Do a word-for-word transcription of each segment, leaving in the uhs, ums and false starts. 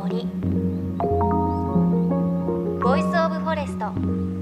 森ボイスオブフォレスト。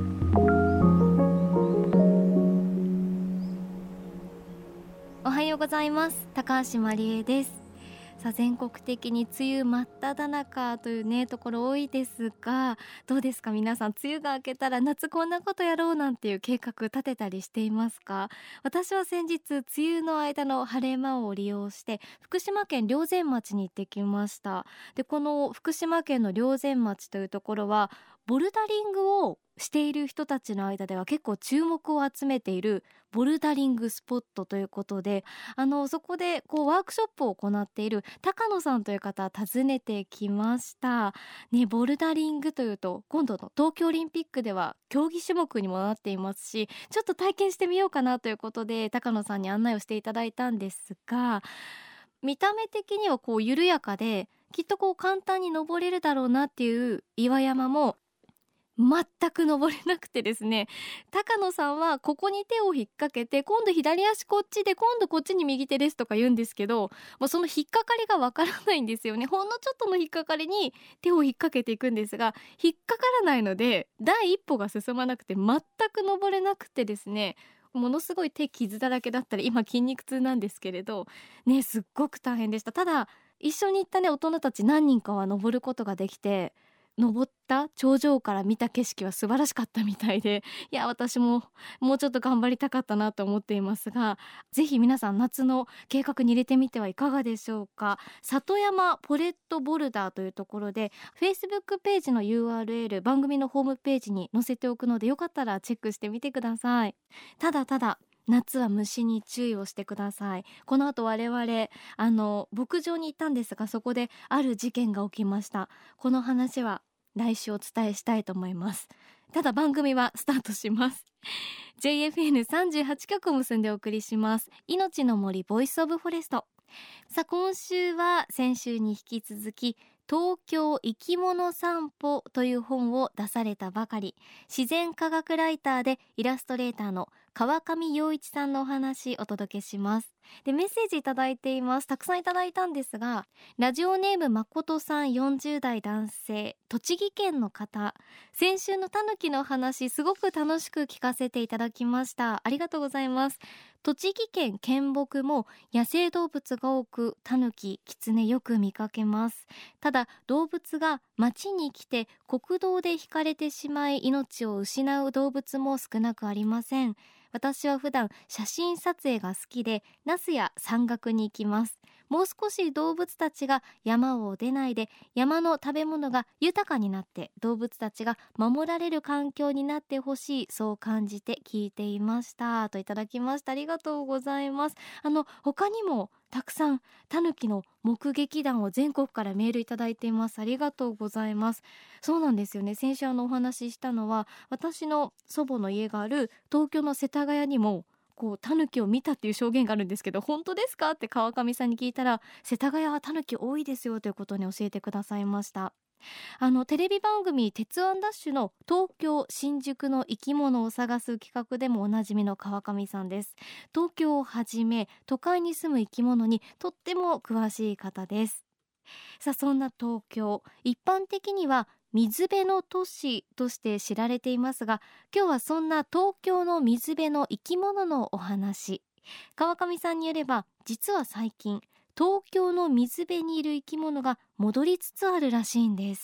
おはようございます。高橋まりえです。さあ、全国的に梅雨真っ只中というねところ多いですが、どうですか皆さん、梅雨が明けたら夏こんなことやろうなんていう計画立てたりしていますか？私は先日梅雨の間の晴れ間を利用して福島県霊山町に行ってきました。でこの福島県の霊山町というところはボルダリングをしている人たちの間では結構注目を集めているボルダリングスポットということで、あのそこでこうワークショップを行っている高野さんという方訪ねてきましたね。ボルダリングというと今度の東京オリンピックでは競技種目にもなっていますし、ちょっと体験してみようかなということで高野さんに案内をしていただいたんですが、見た目的にはこう緩やかできっとこう簡単に登れるだろうなっていう岩山も全く登れなくてですね、高野さんはここに手を引っ掛けて今度左足こっちで今度こっちに右手ですとか言うんですけど、もうその引っかかりがわからないんですよね。ほんのちょっとの引っかかりに手を引っ掛けていくんですが、引っかからないので第一歩が進まなくて全く登れなくてですね、ものすごい手傷だらけだったり今筋肉痛なんですけれどね、すっごく大変でした。ただ一緒に行ったね大人たち何人かは登ることができて、登った頂上から見た景色は素晴らしかったみたいで、いや私ももうちょっと頑張りたかったなと思っていますが、ぜひ皆さん夏の計画に入れてみてはいかがでしょうか。里山ポレットボルダーというところで Facebook ページの ユーアールエル 番組のホームページに載せておくのでよかったらチェックしてみてください。ただただ夏は虫に注意をしてください。この後我々あの牧場に行ったんですが、そこである事件が起きました。この話は来週お伝えしたいと思います。ただ番組はスタートします。 ジェイエフエヌさんじゅうはち 局を結んでお送りします。命の森ボイスオブフォレスト。さあ今週は先週に引き続き東京生き物散歩という本を出されたばかり、自然科学ライターでイラストレーターの川上洋一さんのお話お届けします。でメッセージいただいています。たくさんいただいたんですが、ラジオネームまことさんよんじゅう代男性、栃木県の方、先週のタヌキの話すごく楽しく聞かせていただきました。ありがとうございます。栃木県県北も野生動物が多くタヌキ、キツネよく見かけます。ただ動物が町に来て国道でひかれてしまい命を失う動物も少なくありません。私は普段写真撮影が好きで那須や山岳に行きます。もう少し動物たちが山を出ないで山の食べ物が豊かになって動物たちが守られる環境になってほしい、そう感じて聞いていましたといただきました。ありがとうございます。あの他にもたくさんタヌキの目撃談を全国からメールいただいています。ありがとうございます。そうなんですよね。先週あのお話ししたのは私の祖母の家がある東京の世田谷にもこうタヌキを見たっていう証言があるんですけど、本当ですかって川上さんに聞いたら、世田谷はタヌキ多いですよということに教えてくださいました。あのテレビ番組鉄腕ダッシュの東京新宿の生き物を探す企画でもおなじみの川上さんです。東京をはじめ都会に住む生き物にとっても詳しい方です。さあそんな東京、一般的には水辺の都市として知られていますが、今日はそんな東京の水辺の生き物のお話。川上さんによれば実は最近東京の水辺にいる生き物が戻りつつあるらしいんです。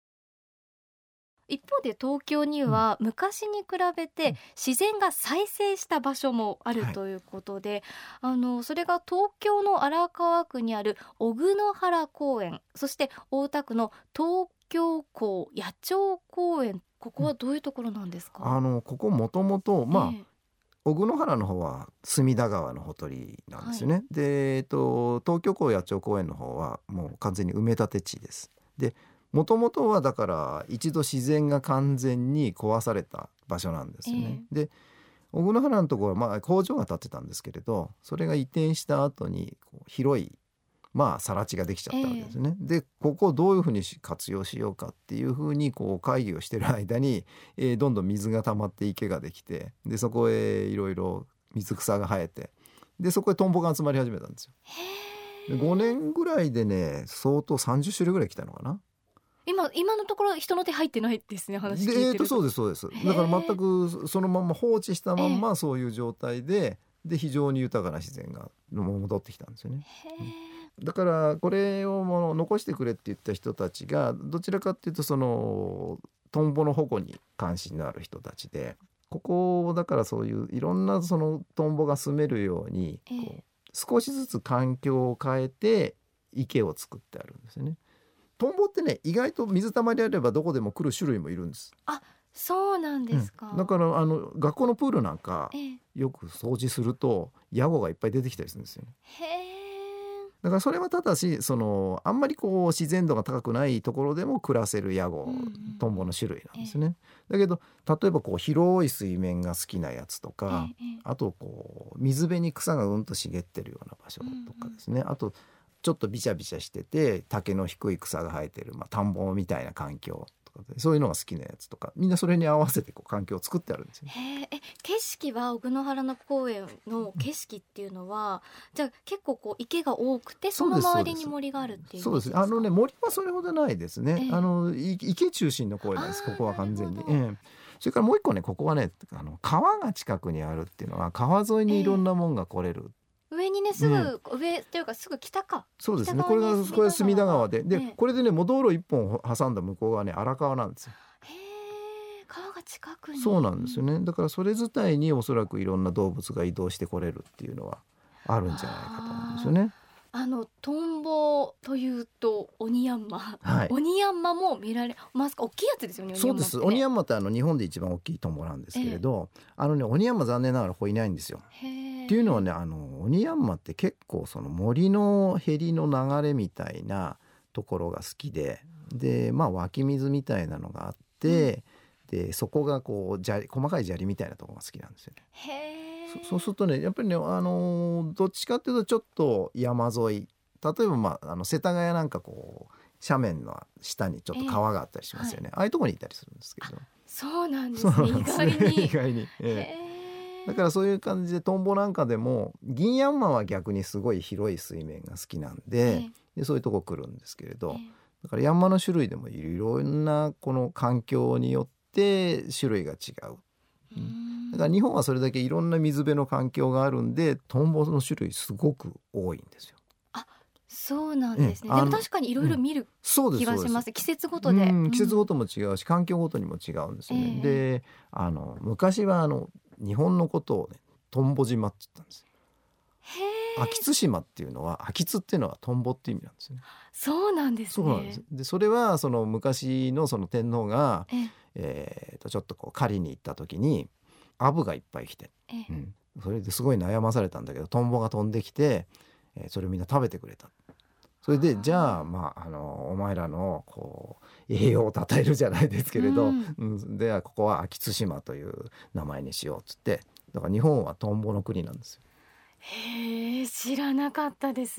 一方で東京には昔に比べて自然が再生した場所もあるということで、はい、あのそれが東京の荒川区にある小久野原公園、そして大田区の東京港野鳥公園、ここはどういうところなんですか？ あのここもともとまあ、えー小久野原の方は隅田川のほとりなんですよね、はい、で、えっと、東京港野鳥公園の方はもう完全に埋め立て地です。でもともとはだから一度自然が完全に壊された場所なんですよね、えー、で小久野原のところはまあ工場が建ってたんですけれど、それが移転した後にこう広いまあ更地ができちゃったわけですね、えー、でここをどういうふうに活用しようかっていうふうにこう会議をしてる間に、えー、どんどん水が溜まって池ができて、でそこへいろいろ水草が生えて、でそこへトンボが集まり始めたんですよ。 へでごねんぐらいでね相当さんじゅっしゅるいぐらい来たのかな。 今今のところ人の手入ってないですね、話聞いてると。 で、えー、とそうですそうです。だから全くそのまま放置したまんまそういう状態で、で非常に豊かな自然が戻ってきたんですよね。うん、だからこれをもう残してくれって言った人たちがどちらかっていうとそのトンボの保護に関心のある人たちで、ここをだからそういういろんなそのトンボが住めるようにこう、えー、少しずつ環境を変えて池を作ってあるんですよね。トンボってね意外と水たまりあればどこでも来る種類もいるんです。 あ、そうなんですか。 うん、だからあの学校のプールなんか、えー、よく掃除するとヤゴがいっぱい出てきたりするんですよね。 へー。 だからそれはただしそのあんまりこう自然度が高くないところでも暮らせるヤゴ、うんうん、トンボの種類なんですね。えー、だけど例えばこう広い水面が好きなやつとか、えー、あとこう水辺に草がうんと茂ってるような場所とかですね、うんうん、あとちょっとビチャビチャしてて竹の低い草が生えてる、まあ、田んぼみたいな環境とかでそういうのが好きなやつとかみんなそれに合わせてこう環境を作ってあるんですよ。 へえ、景色は奥野原の公園の景色っていうのは、うん、じゃあ結構こう池が多くてその周りに森があるっていう。 そうです。あのね森はそれほどないですね。えー、あの池中心の公園なんです。ここは完全に。えー、それからもう一個ねここはねあの川が近くにあるっていうのは川沿いにいろんなもんが来れる。えー上にねすぐ、うん、上っていうかすぐ北か。 そうですね。これがこれ隅田川で、で、ね、これでねもう道路一本挟んだ向こうがね荒川なんですよ。 へえ、川が近くに。 そうなんですよね。だからそれ自体におそらくいろんな動物が移動してこれるっていうのはあるんじゃないかと思うんですよね。 あのトンボというとオニヤンマ、 はい、 オニヤンマも見られますか。大きいやつですよね。 そうです。オニヤンマってあの日本で一番大きいトンボなんですけれど、ええ、あのねオニヤンマ残念ながらここいないんですよ。っていうのはねあのオニヤンマって結構その森のへりの流れみたいなところが好きで、でまあ湧き水みたいなのがあって、うん、でそこがこう砂利細かい砂利みたいなところが好きなんですよね。 へー。 そ, そうするとねやっぱりね、あのー、どっちかっていうとちょっと山沿い、例えば、まあ、あの世田谷なんかこう斜面の下にちょっと川があったりしますよね、えーはい、ああいうところにいたりするんですけど。 そうなんですね。意外に意外に、えー、だからそういう感じでトンボなんかでもギンヤンマは逆にすごい広い水面が好きなんで、えー、でそういうとこ来るんですけれど、えー、だからヤンマの種類でもいろんなこの環境によって種類が違う。うん、だから日本はそれだけいろんな水辺の環境があるんでトンボの種類すごく多いんですよ。 あ、そうなんですね。でも確かにいろいろ見る気がします。季節ごとで、 うん、季節ごとも違うし環境ごとにも違うんですよね。えー、であの昔はあの日本のことをねトンボ島って言ったんですよ。 へー。 秋津島っていうのは秋津っていうのはトンボっていう意味なんですよね。 そうなんですね。 そうなんです。でそれはその昔のその天皇がえーえー、とちょっとこう狩りに行った時にアブがいっぱい来て、うん、それですごい悩まされたんだけどトンボが飛んできて、えー、それをみんな食べてくれた。それでじゃあ、まあ、あのお前らのこう栄養をたたえるじゃないですけれど、うんうん、ではここは秋津島という名前にしようっつって、だから日本はトンボの国なんですよ。 へえ、知らなかったです。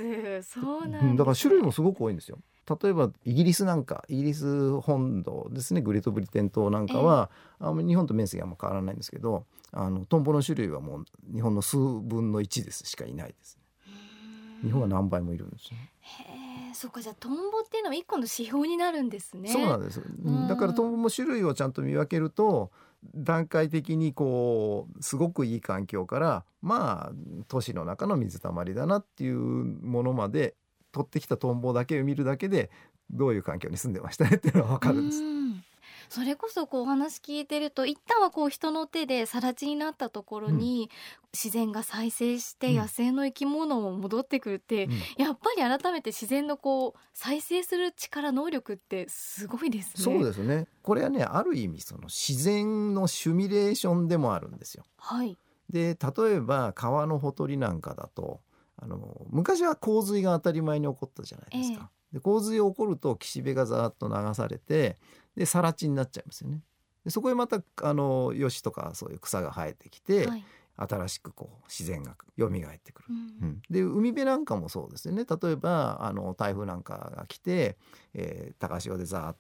そうなんですね。 だから種類もすごく多いんですよ。例えばイギリスなんかイギリス本土ですね、グレートブリテン島なんかは、えー、あ日本と面積はあんま変わらないんですけど、あのトンボの種類はもう日本の数分のいちですしかいないですね。日本は何倍もいるんですよ。 へえ、そうか。じゃあトンボっていうのは一個の指標になるんですね。 そうなんです。だからトンボも種類をちゃんと見分けると段階的にこうすごくいい環境からまあ都市の中の水たまりだなっていうものまで取ってきたトンボだけを見るだけでどういう環境に住んでましたねっていうのは分かるんです。 それこそこうお話聞いてると一旦はこう人の手で更地になったところに自然が再生して野生の生き物も戻ってくるって、うん、やっぱり改めて自然のこう再生する力能力ってすごいですね。 そうですね。これはねある意味その自然のシミュレーションでもあるんですよ。 はい。 で例えば川のほとりなんかだとあの昔は洪水が当たり前に起こったじゃないですか、えー、で洪水が起こると岸辺がざーっと流されてで更地になっちゃいますよね。でそこへまたあのヨシとかそういう草が生えてきて、はい、新しくこう自然が蘇ってくる、うんうん、で海辺なんかもそうですよね。例えばあの台風なんかが来て、えー、高潮でざーっと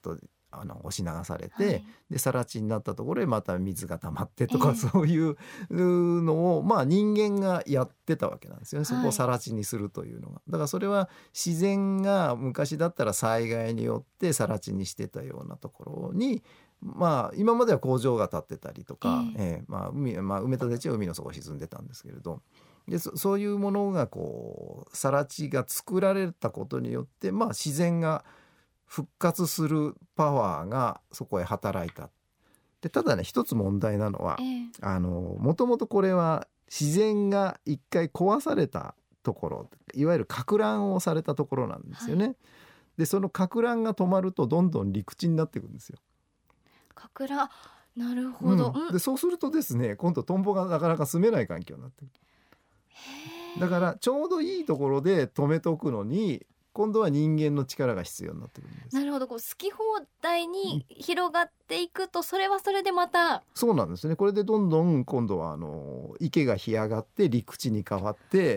あの押し流されて、 はい、 で更地になったところへまた水が溜まってとか、 ええ、 そういうのを、まあ、人間がやってたわけなんですよね、そこをはい、 更地にするというのが。だからそれは自然が昔だったら災害によって更地にしてたようなところに、まあ、今までは工場が建ってたりとか、 ええ、 ええまあ海まあ、埋め立て地は海の底沈んでたんですけれど、で そ, そういうものがこう更地が作られたことによって、まあ、自然が復活するパワーがそこへ働いた。でただね、一つ問題なのは、 ええ、 あのもともとこれは自然が一回壊されたところ、いわゆる撹乱をされたところなんですよね、はい、でその撹乱が止まるとどんどん陸地になっていくんですよ。 撹乱、なるほど、 うん、でそうするとですね、今度トンボがなかなか住めない環境になってくる。だからちょうどいいところで止めとくのに、今度は人間の力が必要になってくるんです。 なるほど、こう好き放題に広がっていくと、それはそれでまた、 そうなんですね。これでどんどん今度はあの池が干上がって陸地に変わって、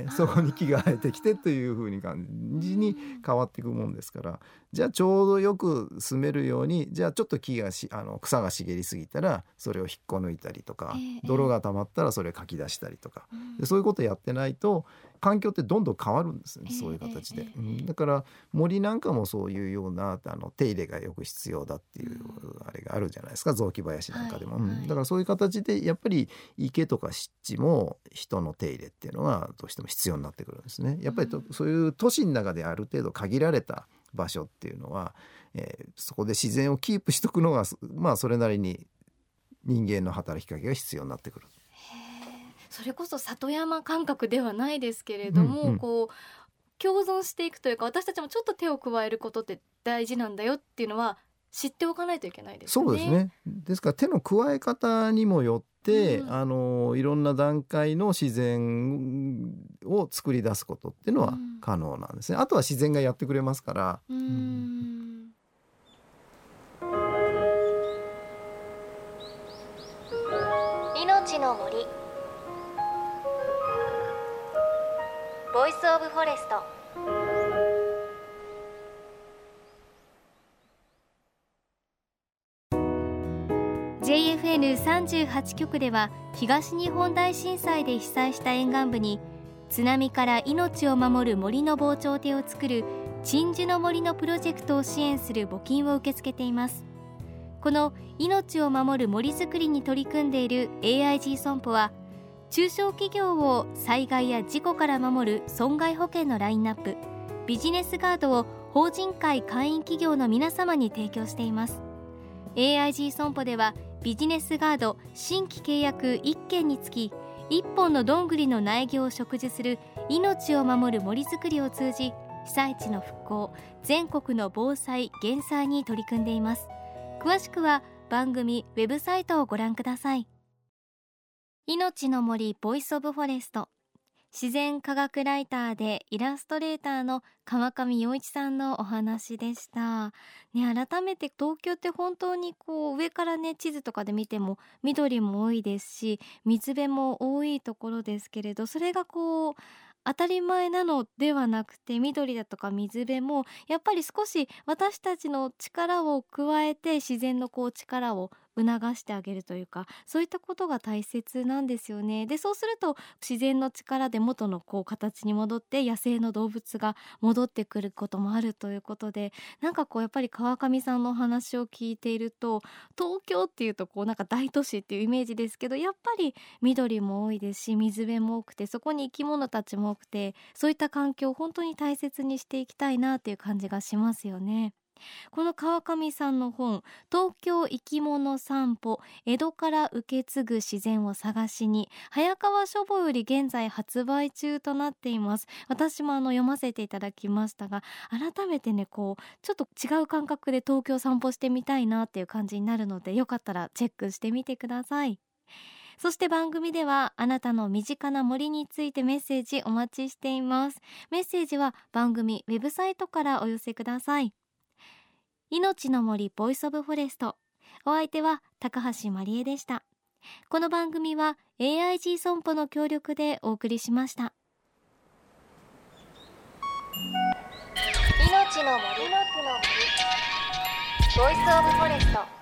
そこに木が生えてきてという風に感じに変わっていくもんですから、じゃあちょうどよく住めるように、じゃあちょっと木がしあの草が茂りすぎたらそれを引っこ抜いたりとか、 えー、 泥が溜まったらそれをかき出したりとか、 うん、 でそういうことやってないと環境ってどんどん変わるんですね、 えー、 そういう形で、 えーうん、だから森なんかもそういうようなあの手入れがよく必要だっていうあれがあるじゃないですか、雑木林なんかでも、はいはい、だからそういう形でやっぱり池とか湿地も人の手入れっていうのはどうしても必要になってくるんですね。やっぱりと、うん、そういう都市の中である程度限られた場所っていうのは、えー、そこで自然をキープしとくのが、まあ、それなりに人間の働きかけが必要になってくる。 それこそ里山感覚ではないですけれども、うんうん、こう共存していくというか、私たちもちょっと手を加えることって大事なんだよっていうのは知っておかないといけないですね。 そうですね。ですから手の加え方にもよって、うん、あのいろんな段階の自然を作り出すことっていうのは可能なんですね、うん、あとは自然がやってくれますから。 うーん、うん、命の森、ボイスオブフォレスト。ジェイエフエヌさんじゅうはち 局では、東日本大震災で被災した沿岸部に津波から命を守る森の防潮堤を作る鎮守の森のプロジェクトを支援する募金を受け付けています。この命を守る森づくりに取り組んでいる エーアイジー 損保は、中小企業を災害や事故から守る損害保険のラインナップ、ビジネスガードを法人会会員企業の皆様に提供しています。 エーアイジー 損保ではビジネスガード新規契約いっけんにつきいっぽんのどんぐりの苗木を植樹する命を守る森づくりを通じ、被災地の復興、全国の防災減災に取り組んでいます。詳しくは番組ウェブサイトをご覧ください。命の森ボイスオブフォレスト、自然科学ライターでイラストレーターの川上洋一さんのお話でした、ね、改めて東京って本当にこう上からね地図とかで見ても緑も多いですし、水辺も多いところですけれど、それがこう当たり前なのではなくて、緑だとか水辺もやっぱり少し私たちの力を加えて自然のこう力を促してあげるというか、そういったことが大切なんですよね。でそうすると自然の力で元のこう形に戻って野生の動物が戻ってくることもあるということで、なんかこうやっぱり川上さんのお話を聞いていると、東京っていうとこうなんか大都市っていうイメージですけど、やっぱり緑も多いですし水辺も多くて、そこに生き物たちも多くて、そういった環境を本当に大切にしていきたいなっていう感じがしますよね。この川上さんの本、東京生き物散歩、江戸から受け継ぐ自然を探しに、早川書房より現在発売中となっています。私もあの読ませていただきましたが、改めてねこうちょっと違う感覚で東京散歩してみたいなっていう感じになるので、よかったらチェックしてみてください。そして番組ではあなたの身近な森についてメッセージお待ちしています。メッセージは番組ウェブサイトからお寄せください。命の森ボイスオブフォレスト、お相手は高橋まりえでした。この番組は エーアイジー 損保の協力でお送りしました。命の森ボボイスオブフォレスト。